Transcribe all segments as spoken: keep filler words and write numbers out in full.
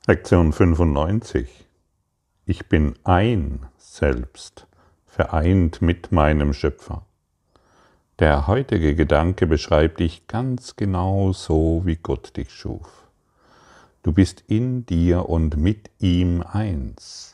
Lektion fünfundneunzig. Ich bin ein Selbst, vereint mit meinem Schöpfer. Der heutige Gedanke beschreibt dich ganz genau so, wie Gott dich schuf. Du bist in dir und mit ihm eins.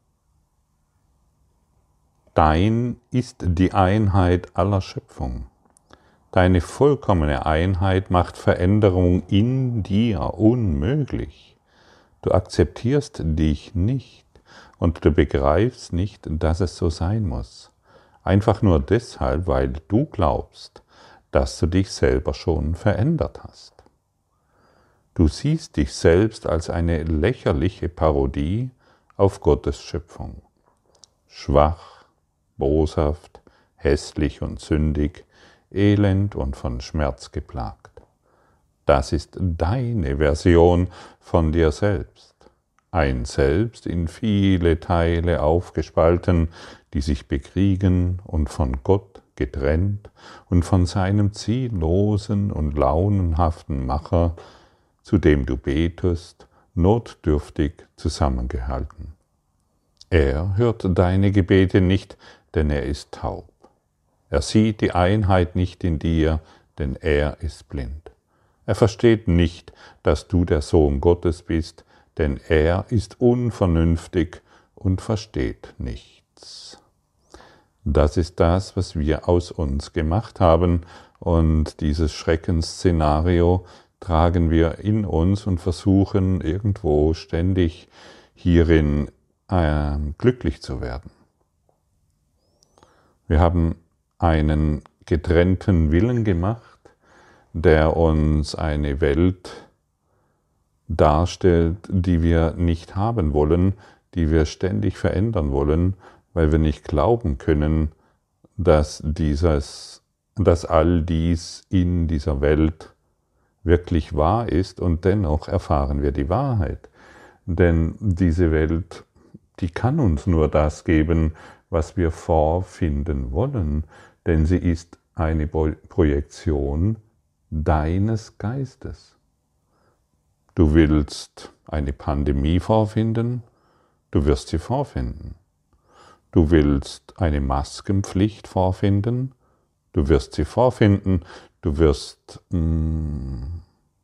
Dein ist die Einheit aller Schöpfung. Deine vollkommene Einheit macht Veränderung in dir unmöglich. Du akzeptierst dich nicht und du begreifst nicht, dass es so sein muss. Einfach nur deshalb, weil du glaubst, dass du dich selber schon verändert hast. Du siehst dich selbst als eine lächerliche Parodie auf Gottes Schöpfung. Schwach, boshaft, hässlich und sündig, elend und von Schmerz geplagt. Das ist deine Version von dir selbst. Ein Selbst in viele Teile aufgespalten, die sich bekriegen und von Gott getrennt und von seinem ziellosen und launenhaften Macher, zu dem du betest, notdürftig zusammengehalten. Er hört deine Gebete nicht, denn er ist taub. Er sieht die Einheit nicht in dir, denn er ist blind. Er versteht nicht, dass du der Sohn Gottes bist, denn er ist unvernünftig und versteht nichts. Das ist das, was wir aus uns gemacht haben, und dieses Schreckensszenario tragen wir in uns und versuchen irgendwo ständig hierin äh, glücklich zu werden. Wir haben einen getrennten Willen gemacht, der uns eine Welt darstellt, die wir nicht haben wollen, die wir ständig verändern wollen, weil wir nicht glauben können, dass, dieses, dass all dies in dieser Welt wirklich wahr ist, und dennoch erfahren wir die Wahrheit. Denn diese Welt, die kann uns nur das geben, was wir vorfinden wollen, denn sie ist eine Projektion deines Geistes. Du willst eine Pandemie vorfinden, du wirst sie vorfinden. Du willst eine Maskenpflicht vorfinden, du wirst sie vorfinden. Du wirst mh,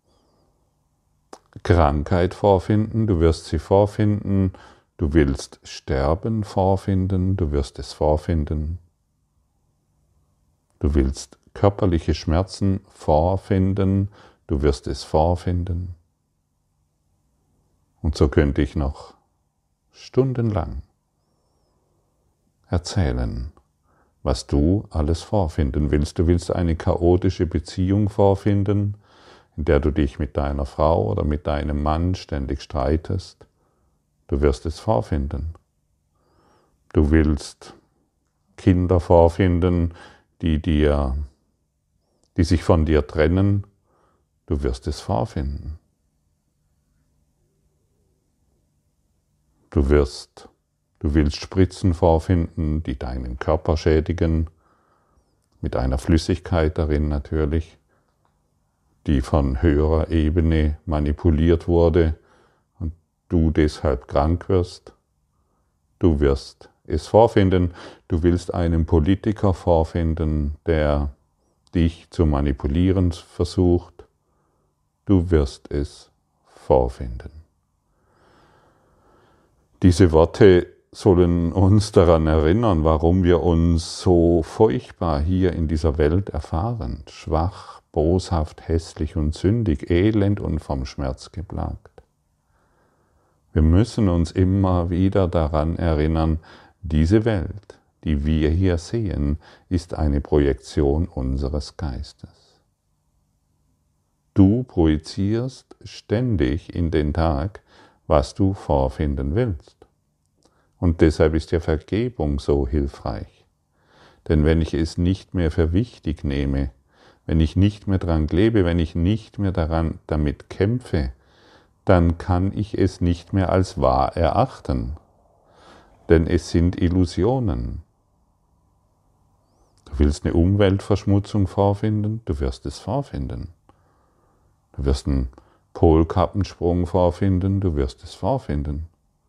Krankheit vorfinden, du wirst sie vorfinden. Du willst Sterben vorfinden, du wirst es vorfinden. Du willst körperliche Schmerzen vorfinden, du wirst es vorfinden. Und so könnte ich noch stundenlang erzählen, was du alles vorfinden willst. Du willst eine chaotische Beziehung vorfinden, in der du dich mit deiner Frau oder mit deinem Mann ständig streitest. Du wirst es vorfinden. Du willst Kinder vorfinden, die dir die sich von dir trennen, du wirst es vorfinden. Du wirst, du willst Spritzen vorfinden, die deinen Körper schädigen, mit einer Flüssigkeit darin natürlich, die von höherer Ebene manipuliert wurde und du deshalb krank wirst. Du wirst es vorfinden. Du willst einen Politiker vorfinden, der dich zu manipulieren versucht. Du wirst es vorfinden. Diese Worte sollen uns daran erinnern, warum wir uns so furchtbar hier in dieser Welt erfahren. Schwach, boshaft, hässlich und sündig, elend und vom Schmerz geplagt. Wir müssen uns immer wieder daran erinnern, diese Welt, die wir hier sehen, ist eine Projektion unseres Geistes. Du projizierst ständig in den Tag, was du vorfinden willst. Und deshalb ist ja Vergebung so hilfreich. Denn wenn ich es nicht mehr für wichtig nehme, wenn ich nicht mehr daran klebe, wenn ich nicht mehr daran, damit kämpfe, dann kann ich es nicht mehr als wahr erachten. Denn es sind Illusionen. Du willst eine Umweltverschmutzung vorfinden, du wirst es vorfinden. Du wirst ein Polkappensprung vorfinden, du wirst es vorfinden.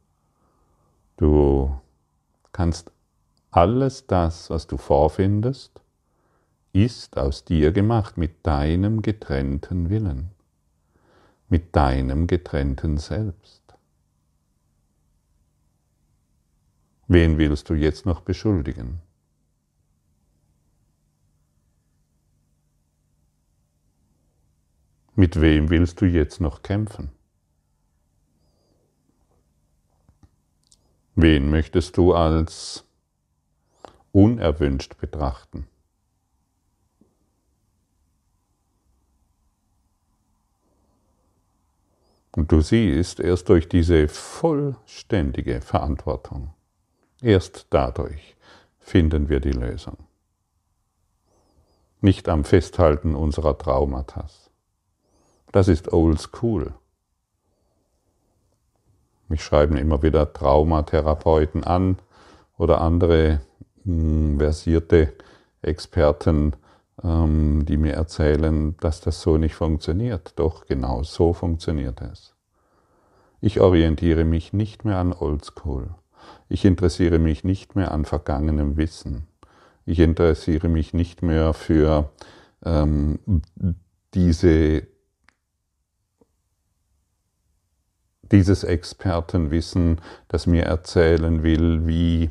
Du kannst alles das, was du vorfindest, ist aus dir gemacht mit deinem getrennten Willen, mit deinem getrennten Selbst. Wen willst du jetzt noch beschuldigen? Mit wem willst du jetzt noch kämpfen? Wen möchtest du als unerwünscht betrachten? Und du siehst, erst durch diese vollständige Verantwortung, erst dadurch finden wir die Lösung. Nicht am Festhalten unserer Traumata. Das ist old school. Mich schreiben immer wieder Traumatherapeuten an oder andere mh, versierte Experten, ähm, die mir erzählen, dass das so nicht funktioniert. Doch genau so funktioniert es. Ich orientiere mich nicht mehr an Oldschool. Ich interessiere mich nicht mehr an vergangenem Wissen. Ich interessiere mich nicht mehr für ähm, diese dieses Expertenwissen, das mir erzählen will, wie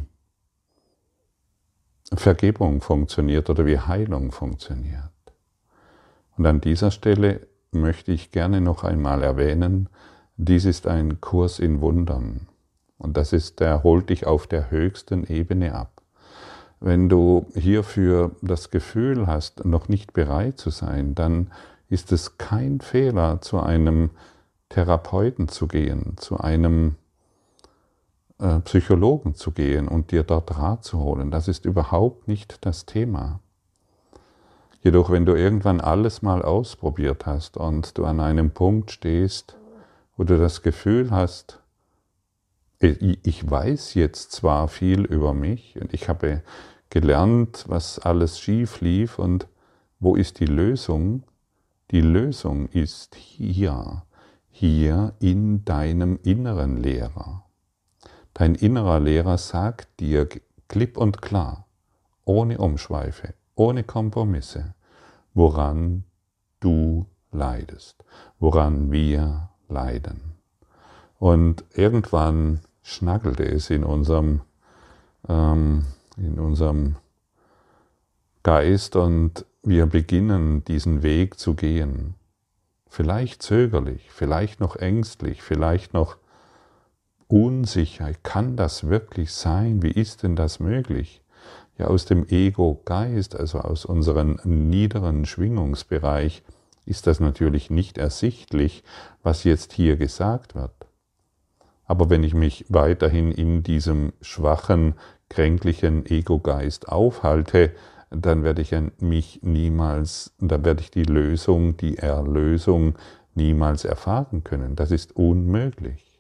Vergebung funktioniert oder wie Heilung funktioniert. Und an dieser Stelle möchte ich gerne noch einmal erwähnen, dies ist ein Kurs in Wundern. Und das ist, der holt dich auf der höchsten Ebene ab. Wenn du hierfür das Gefühl hast, noch nicht bereit zu sein, dann ist es kein Fehler, zu einem Therapeuten zu gehen, zu einem äh, Psychologen zu gehen und dir dort Rat zu holen. Das ist überhaupt nicht das Thema. Jedoch, wenn du irgendwann alles mal ausprobiert hast und du an einem Punkt stehst, wo du das Gefühl hast, ich weiß jetzt zwar viel über mich und ich habe gelernt, was alles schief lief und wo ist die Lösung? Die Lösung ist hier. Hier in deinem inneren Lehrer. Dein innerer Lehrer sagt dir klipp und klar, ohne Umschweife, ohne Kompromisse, woran du leidest, woran wir leiden. Und irgendwann schnackelte es in unserem, ähm, in unserem Geist und wir beginnen diesen Weg zu gehen. Vielleicht zögerlich, vielleicht noch ängstlich, vielleicht noch unsicher. Kann das wirklich sein? Wie ist denn das möglich? Ja, aus dem Ego-Geist, also aus unserem niederen Schwingungsbereich, ist das natürlich nicht ersichtlich, was jetzt hier gesagt wird. Aber wenn ich mich weiterhin in diesem schwachen, kränklichen Ego-Geist aufhalte, dann werde ich mich niemals, dann werde ich die Lösung, die Erlösung niemals erfahren können. Das ist unmöglich.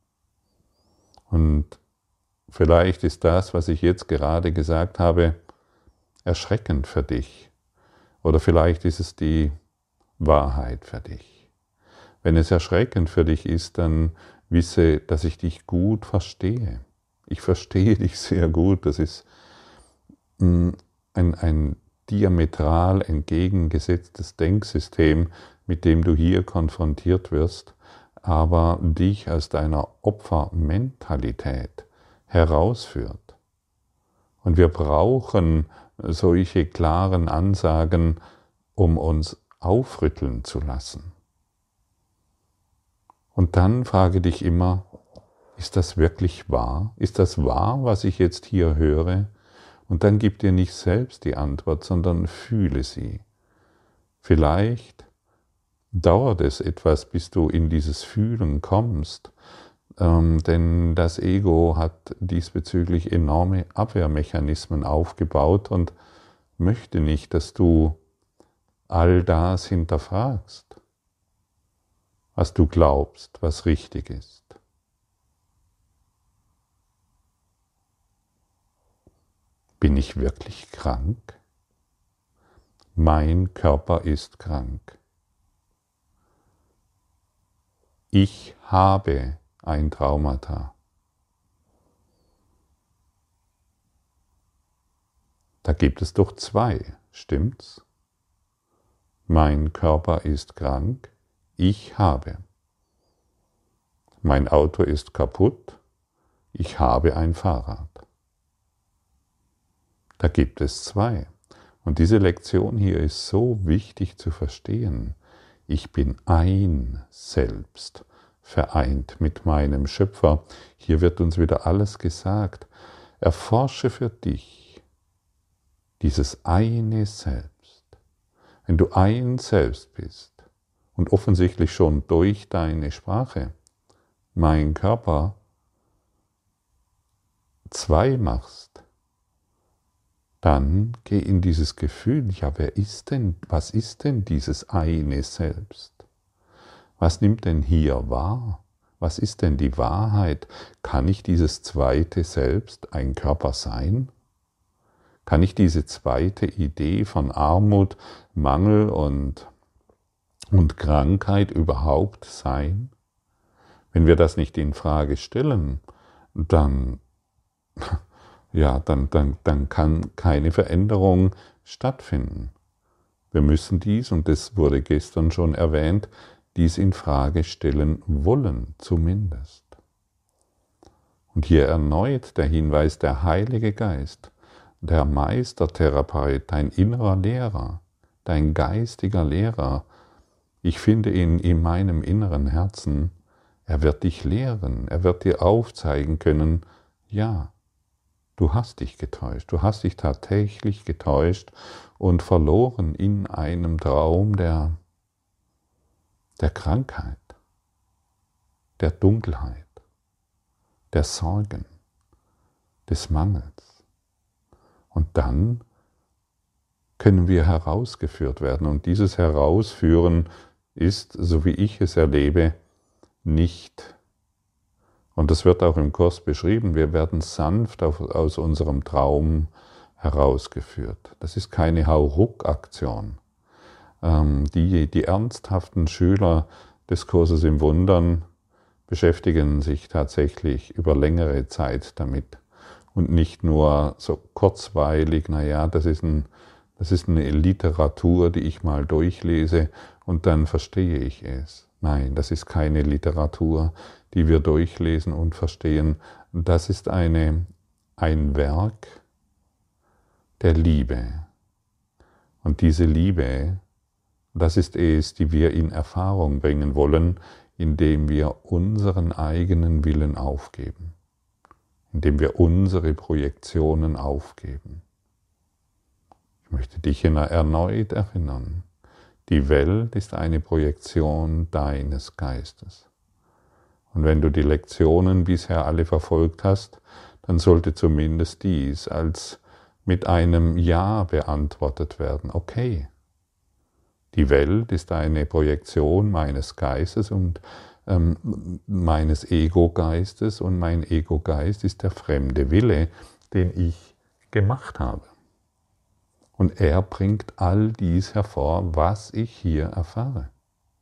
Und vielleicht ist das, was ich jetzt gerade gesagt habe, erschreckend für dich. Oder vielleicht ist es die Wahrheit für dich. Wenn es erschreckend für dich ist, dann wisse, dass ich dich gut verstehe. Ich verstehe dich sehr gut. Das ist ein, ein diametral entgegengesetztes Denksystem, mit dem du hier konfrontiert wirst, aber dich aus deiner Opfermentalität herausführt. Und wir brauchen solche klaren Ansagen, um uns aufrütteln zu lassen. Und dann frage dich immer, ist das wirklich wahr? Ist das wahr, was ich jetzt hier höre? Und dann gib dir nicht selbst die Antwort, sondern fühle sie. Vielleicht dauert es etwas, bis du in dieses Fühlen kommst, ähm, denn das Ego hat diesbezüglich enorme Abwehrmechanismen aufgebaut und möchte nicht, dass du all das hinterfragst, was du glaubst, was richtig ist. Bin ich wirklich krank? Mein Körper ist krank. Ich habe ein Traumata. Da gibt es doch zwei, stimmt's? Mein Körper ist krank, ich habe. Mein Auto ist kaputt, ich habe ein Fahrrad. Da gibt es zwei. Und diese Lektion hier ist so wichtig zu verstehen. Ich bin ein Selbst, vereint mit meinem Schöpfer. Hier wird uns wieder alles gesagt. Erforsche für dich dieses eine Selbst. Wenn du ein Selbst bist und offensichtlich schon durch deine Sprache, mein Körper, zwei machst, dann geh in dieses Gefühl, ja, wer ist denn, was ist denn dieses eine Selbst? Was nimmt denn hier wahr? Was ist denn die Wahrheit? Kann ich dieses zweite Selbst ein Körper sein? Kann ich diese zweite Idee von Armut, Mangel und, und Krankheit überhaupt sein? Wenn wir das nicht in Frage stellen, dann ja, dann, dann, dann kann keine Veränderung stattfinden. Wir müssen dies, und das wurde gestern schon erwähnt, dies in Frage stellen wollen, zumindest. Und hier erneut der Hinweis, der Heilige Geist, der Meistertherapeut, dein innerer Lehrer, dein geistiger Lehrer, ich finde ihn in meinem inneren Herzen, er wird dich lehren, er wird dir aufzeigen können, ja, du hast dich getäuscht, du hast dich tatsächlich getäuscht und verloren in einem Traum der, der Krankheit, der Dunkelheit, der Sorgen, des Mangels. Und dann können wir herausgeführt werden. Und dieses Herausführen ist, so wie ich es erlebe, nicht, und das wird auch im Kurs beschrieben, wir werden sanft auf, aus unserem Traum herausgeführt. Das ist keine Hauruck-Aktion. Ähm, die, die ernsthaften Schüler des Kurses im Wundern beschäftigen sich tatsächlich über längere Zeit damit und nicht nur so kurzweilig, naja, das ist, ein, das ist eine Literatur, die ich mal durchlese und dann verstehe ich es. Nein, das ist keine Literatur, die wir durchlesen und verstehen. Das ist eine, ein Werk der Liebe. Und diese Liebe, das ist es, die wir in Erfahrung bringen wollen, indem wir unseren eigenen Willen aufgeben, indem wir unsere Projektionen aufgeben. Ich möchte dich erneut erinnern, die Welt ist eine Projektion deines Geistes. Und wenn du die Lektionen bisher alle verfolgt hast, dann sollte zumindest dies als mit einem Ja beantwortet werden. Okay, die Welt ist eine Projektion meines Geistes und ähm, meines Ego-Geistes und mein Ego-Geist ist der fremde Wille, den ich gemacht habe. Und er bringt all dies hervor, was ich hier erfahre.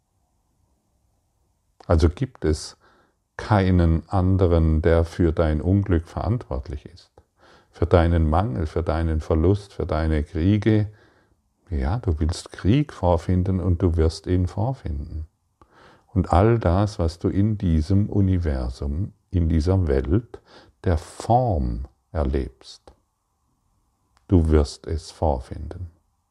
Also gibt es keinen anderen, der für dein Unglück verantwortlich ist. Für deinen Mangel, für deinen Verlust, für deine Kriege. Ja, du willst Krieg vorfinden und du wirst ihn vorfinden. Und all das, was du in diesem Universum, in dieser Welt der Form erlebst, du wirst es vorfinden.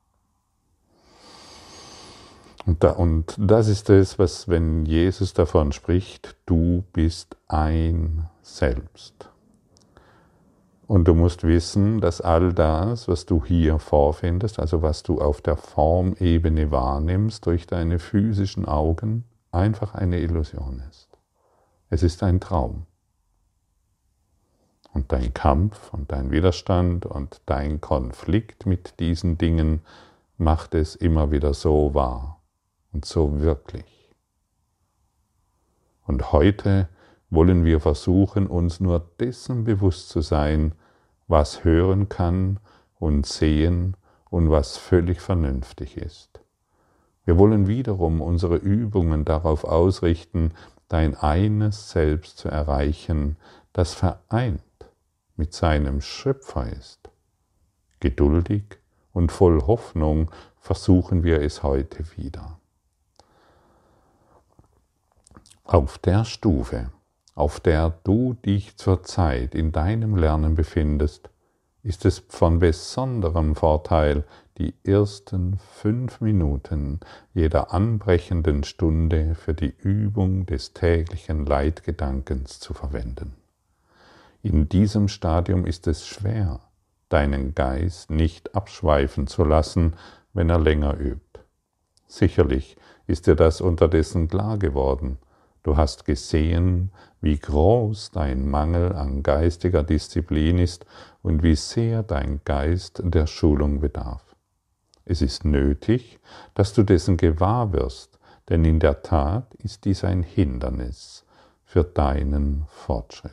Und, da, und das ist es, was, wenn Jesus davon spricht, du bist ein Selbst. Und du musst wissen, dass all das, was du hier vorfindest, also was du auf der Formebene wahrnimmst durch deine physischen Augen, einfach eine Illusion ist. Es ist ein Traum. Und dein Kampf und dein Widerstand und dein Konflikt mit diesen Dingen macht es immer wieder so wahr und so wirklich. Und heute wollen wir versuchen, uns nur dessen bewusst zu sein, was hören kann und sehen und was völlig vernünftig ist. Wir wollen wiederum unsere Übungen darauf ausrichten, dein eines Selbst zu erreichen, das vereint mit seinem Schöpfer ist. Geduldig und voll Hoffnung versuchen wir es heute wieder. Auf der Stufe, auf der du dich zurzeit in deinem Lernen befindest, ist es von besonderem Vorteil, die ersten fünf Minuten jeder anbrechenden Stunde für die Übung des täglichen Leitgedankens zu verwenden. In diesem Stadium ist es schwer, deinen Geist nicht abschweifen zu lassen, wenn er länger übt. Sicherlich ist dir das unterdessen klar geworden. Du hast gesehen, wie groß dein Mangel an geistiger Disziplin ist und wie sehr dein Geist der Schulung bedarf. Es ist nötig, dass du dessen gewahr wirst, denn in der Tat ist dies ein Hindernis für deinen Fortschritt.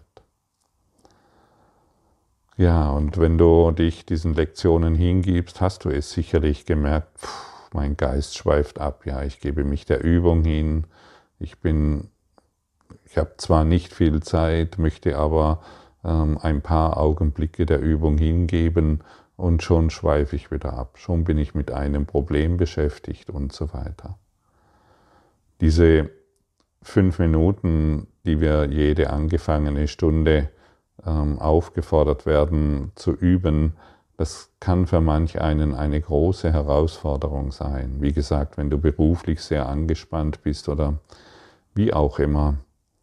Ja, und wenn du dich diesen Lektionen hingibst, hast du es sicherlich gemerkt, pff, mein Geist schweift ab, ja, ich gebe mich der Übung hin, ich bin, ich habe zwar nicht viel Zeit, möchte aber ähm, ein paar Augenblicke der Übung hingeben und schon schweife ich wieder ab, schon bin ich mit einem Problem beschäftigt und so weiter. Diese fünf Minuten, die wir jede angefangene Stunde aufgefordert werden zu üben, das kann für manch einen eine große Herausforderung sein. Wie gesagt, wenn du beruflich sehr angespannt bist oder wie auch immer.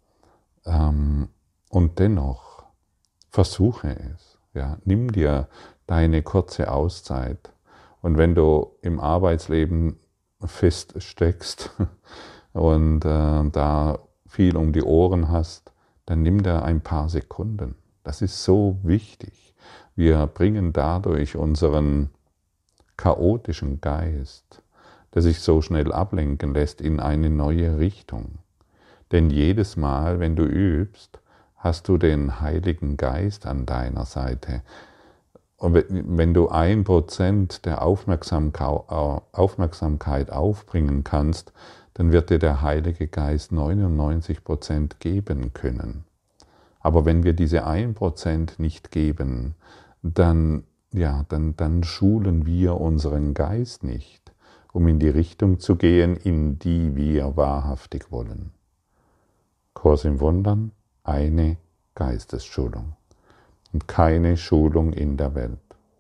Und dennoch, versuche es. Ja, nimm dir deine kurze Auszeit. Und wenn du im Arbeitsleben feststeckst und äh, da viel um die Ohren hast, dann nimm dir ein paar Sekunden. Das ist so wichtig. Wir bringen dadurch unseren chaotischen Geist, der sich so schnell ablenken lässt, in eine neue Richtung. Denn jedes Mal, wenn du übst, hast du den Heiligen Geist an deiner Seite. Und wenn du ein Prozent der Aufmerksamkeit aufbringen kannst, dann wird dir der Heilige Geist neunundneunzig Prozent geben können. Aber wenn wir diese ein Prozent nicht geben, dann, ja, dann, dann schulen wir unseren Geist nicht, um in die Richtung zu gehen, in die wir wahrhaftig wollen. Kurs im Wundern, eine Geistesschulung und keine Schulung in der Welt.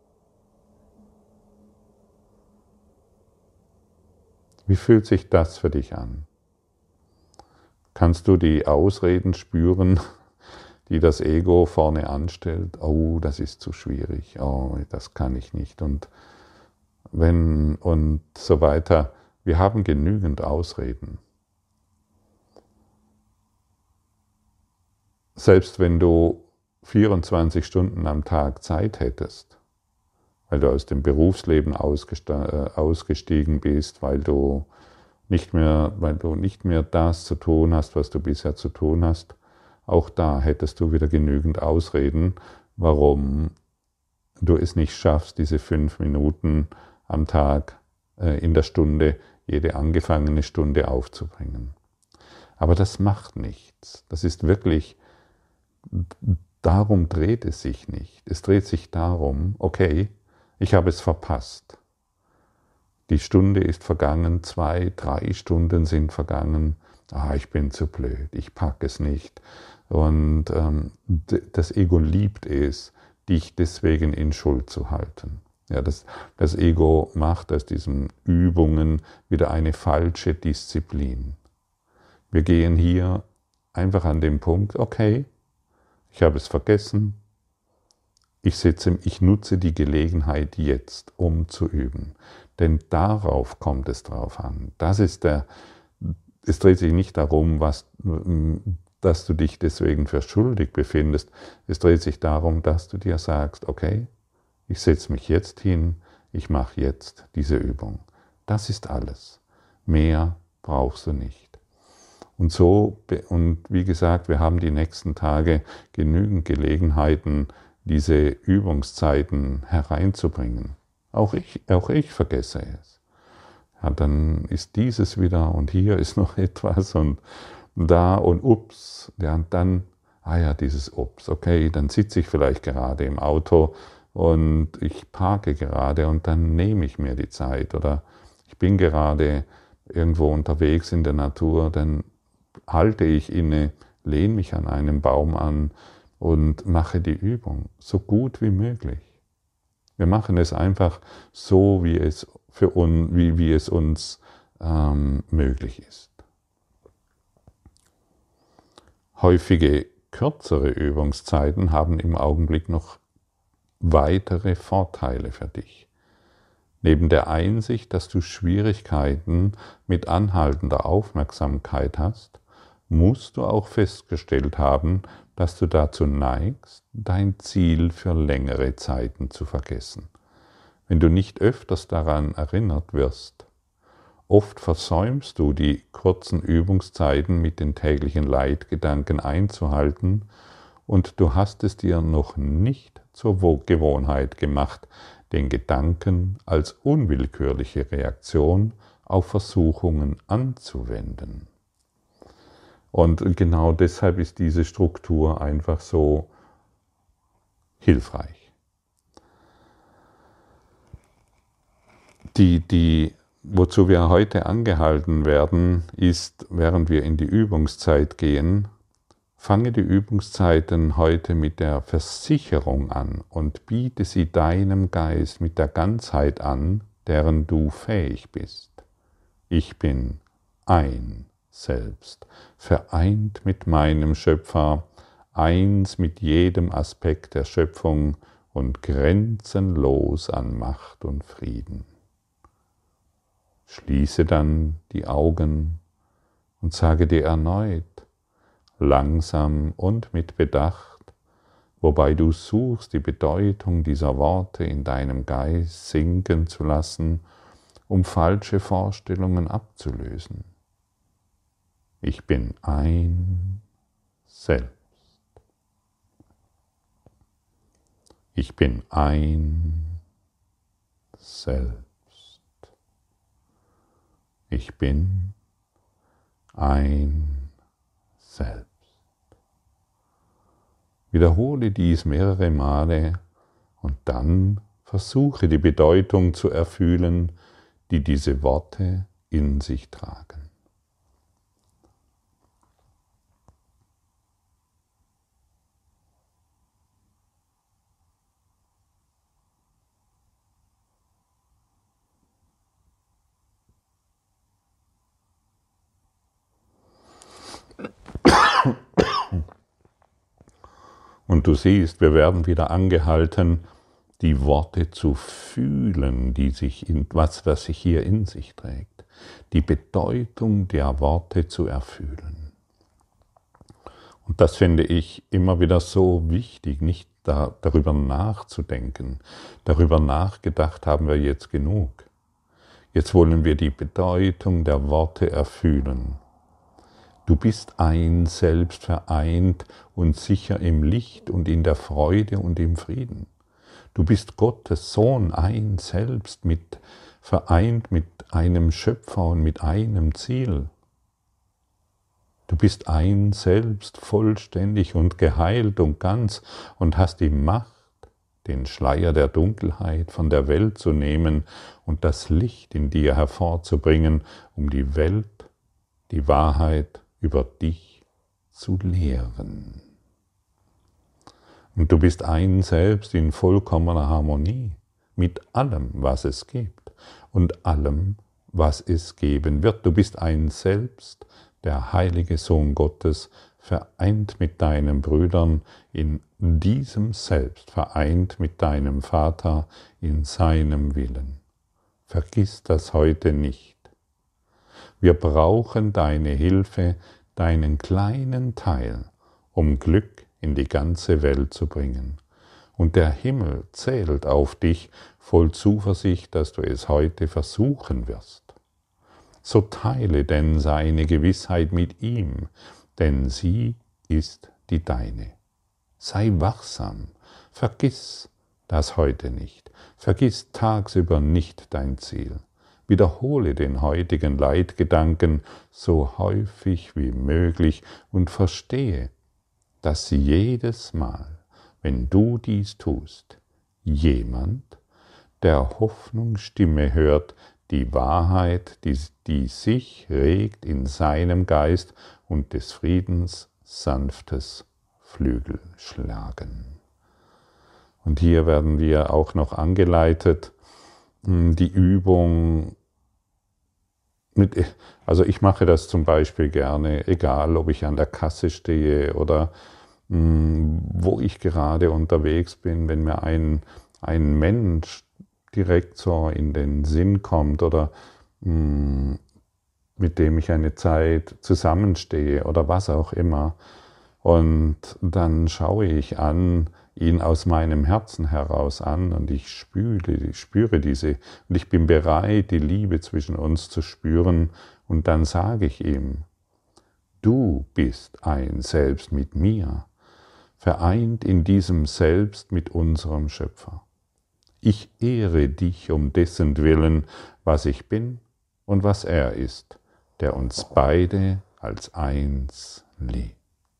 Wie fühlt sich das für dich an? Kannst du die Ausreden spüren, die das Ego vorne anstellt? Oh, das ist zu schwierig, oh, das kann ich nicht und wenn und so weiter. Wir haben genügend Ausreden. Selbst wenn du vierundzwanzig Stunden am Tag Zeit hättest, weil du aus dem Berufsleben ausgestiegen bist, weil du nicht mehr, weil du nicht mehr das zu tun hast, was du bisher zu tun hast, auch da hättest du wieder genügend Ausreden, warum du es nicht schaffst, diese fünf Minuten am Tag äh, in der Stunde, jede angefangene Stunde aufzubringen. Aber das macht nichts. Das ist wirklich, darum dreht es sich nicht. Es dreht sich darum, okay, ich habe es verpasst. Die Stunde ist vergangen, zwei, drei Stunden sind vergangen. Ah, ich bin zu blöd, ich packe es nicht. Und ähm, das Ego liebt es, dich deswegen in Schuld zu halten. Ja, das, das Ego macht aus diesen Übungen wieder eine falsche Disziplin. Wir gehen hier einfach an den Punkt, okay, ich habe es vergessen, ich, setze, ich nutze die Gelegenheit jetzt, um zu üben. Denn darauf kommt es drauf an. Das ist der, es dreht sich nicht darum, was, dass du dich deswegen für schuldig befindest. Es dreht sich darum, dass du dir sagst, okay, ich setze mich jetzt hin, ich mache jetzt diese Übung. Das ist alles. Mehr brauchst du nicht. Und so, und wie gesagt, wir haben die nächsten Tage genügend Gelegenheiten, diese Übungszeiten hereinzubringen. Auch ich, auch ich vergesse es. Ja, dann ist dieses wieder und hier ist noch etwas und da und ups, ja, und dann, ah ja, dieses ups, okay, dann sitze ich vielleicht gerade im Auto und ich parke gerade und dann nehme ich mir die Zeit oder ich bin gerade irgendwo unterwegs in der Natur, dann halte ich inne, lehne mich an einem Baum an und mache die Übung so gut wie möglich. Wir machen es einfach so, wie es, für uns, wie, wie es uns ähm, möglich ist. Häufige kürzere Übungszeiten haben im Augenblick noch weitere Vorteile für dich. Neben der Einsicht, dass du Schwierigkeiten mit anhaltender Aufmerksamkeit hast, musst du auch festgestellt haben, dass du dazu neigst, dein Ziel für längere Zeiten zu vergessen. Wenn du nicht öfters daran erinnert wirst, oft versäumst du die kurzen Übungszeiten mit den täglichen Leitgedanken einzuhalten und du hast es dir noch nicht zur Gewohnheit gemacht, den Gedanken als unwillkürliche Reaktion auf Versuchungen anzuwenden. Und genau deshalb ist diese Struktur einfach so hilfreich. Die, die, wozu wir heute angehalten werden, ist, während wir in die Übungszeit gehen, fange die Übungszeiten heute mit der Versicherung an und biete sie deinem Geist mit der Ganzheit an, deren du fähig bist. Ich bin ein Selbst, vereint mit meinem Schöpfer, eins mit jedem Aspekt der Schöpfung und grenzenlos an Macht und Frieden. Schließe dann die Augen und sage dir erneut, langsam und mit Bedacht, wobei du suchst, die Bedeutung dieser Worte in deinem Geist sinken zu lassen, um falsche Vorstellungen abzulösen. Ich bin ein Selbst. Ich bin ein Selbst. Ich bin ein Selbst. Wiederhole dies mehrere Male und dann versuche die Bedeutung zu erfühlen, die diese Worte in sich tragen. Und du siehst, wir werden wieder angehalten, die Worte zu fühlen, die sich in, was, was sich hier in sich trägt. Die Bedeutung der Worte zu erfühlen. Und das finde ich immer wieder so wichtig, nicht da, darüber nachzudenken. Darüber nachgedacht haben wir jetzt genug. Jetzt wollen wir die Bedeutung der Worte erfühlen. Du bist ein Selbst vereint und sicher im Licht und in der Freude und im Frieden. Du bist Gottes Sohn, ein Selbst, mit, vereint mit einem Schöpfer und mit einem Ziel. Du bist ein Selbst, vollständig und geheilt und ganz und hast die Macht, den Schleier der Dunkelheit von der Welt zu nehmen und das Licht in dir hervorzubringen, um die Welt, die Wahrheit über dich zu lehren. Und du bist ein Selbst in vollkommener Harmonie mit allem, was es gibt und allem, was es geben wird. Du bist ein Selbst, der heilige Sohn Gottes, vereint mit deinen Brüdern in diesem Selbst, vereint mit deinem Vater in seinem Willen. Vergiss das heute nicht. Wir brauchen deine Hilfe, deinen kleinen Teil, um Glück in die ganze Welt zu bringen. Und der Himmel zählt auf dich voll Zuversicht, dass du es heute versuchen wirst. So teile denn seine Gewissheit mit ihm, denn sie ist die deine. Sei wachsam, vergiss das heute nicht, vergiss tagsüber nicht dein Ziel. Wiederhole den heutigen Leitgedanken so häufig wie möglich und verstehe, dass jedes Mal, wenn du dies tust, jemand der Hoffnungsstimme hört, die Wahrheit, die, die sich regt in seinem Geist und des Friedens sanftes Flügelschlagen. Und hier werden wir auch noch angeleitet, die Übung mit, also ich mache das zum Beispiel gerne, egal ob ich an der Kasse stehe oder mh, wo ich gerade unterwegs bin, wenn mir ein, ein Mensch direkt so in den Sinn kommt oder mh, mit dem ich eine Zeit zusammenstehe oder was auch immer. Und dann schaue ich an, ihn aus meinem Herzen heraus an und ich spüre, ich spüre diese, und ich bin bereit, die Liebe zwischen uns zu spüren, und dann sage ich ihm: Du bist ein Selbst mit mir, vereint in diesem Selbst mit unserem Schöpfer. Ich ehre dich um dessen Willen, was ich bin und was er ist, der uns beide als eins liebt.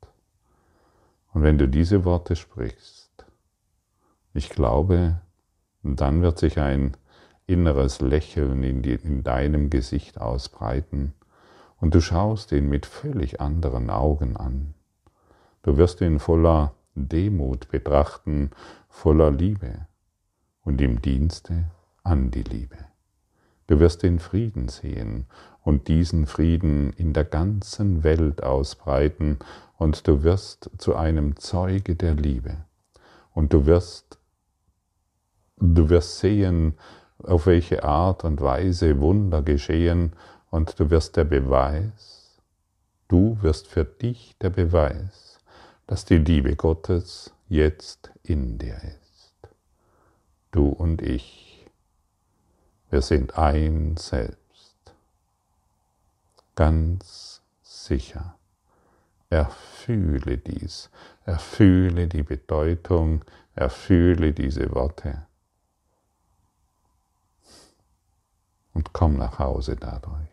Und wenn du diese Worte sprichst, ich glaube, dann wird sich ein inneres Lächeln in, die, in deinem Gesicht ausbreiten und du schaust ihn mit völlig anderen Augen an. Du wirst ihn voller Demut betrachten, voller Liebe und im Dienste an die Liebe. Du wirst den Frieden sehen und diesen Frieden in der ganzen Welt ausbreiten und du wirst zu einem Zeuge der Liebe. Und du wirst, du wirst sehen, auf welche Art und Weise Wunder geschehen, und du wirst der Beweis, du wirst für dich der Beweis, dass die Liebe Gottes jetzt in dir ist. Du und ich, wir sind ein Selbst, ganz sicher. Erfühle dies, erfühle die Bedeutung, erfühle diese Worte und komm nach Hause dadurch.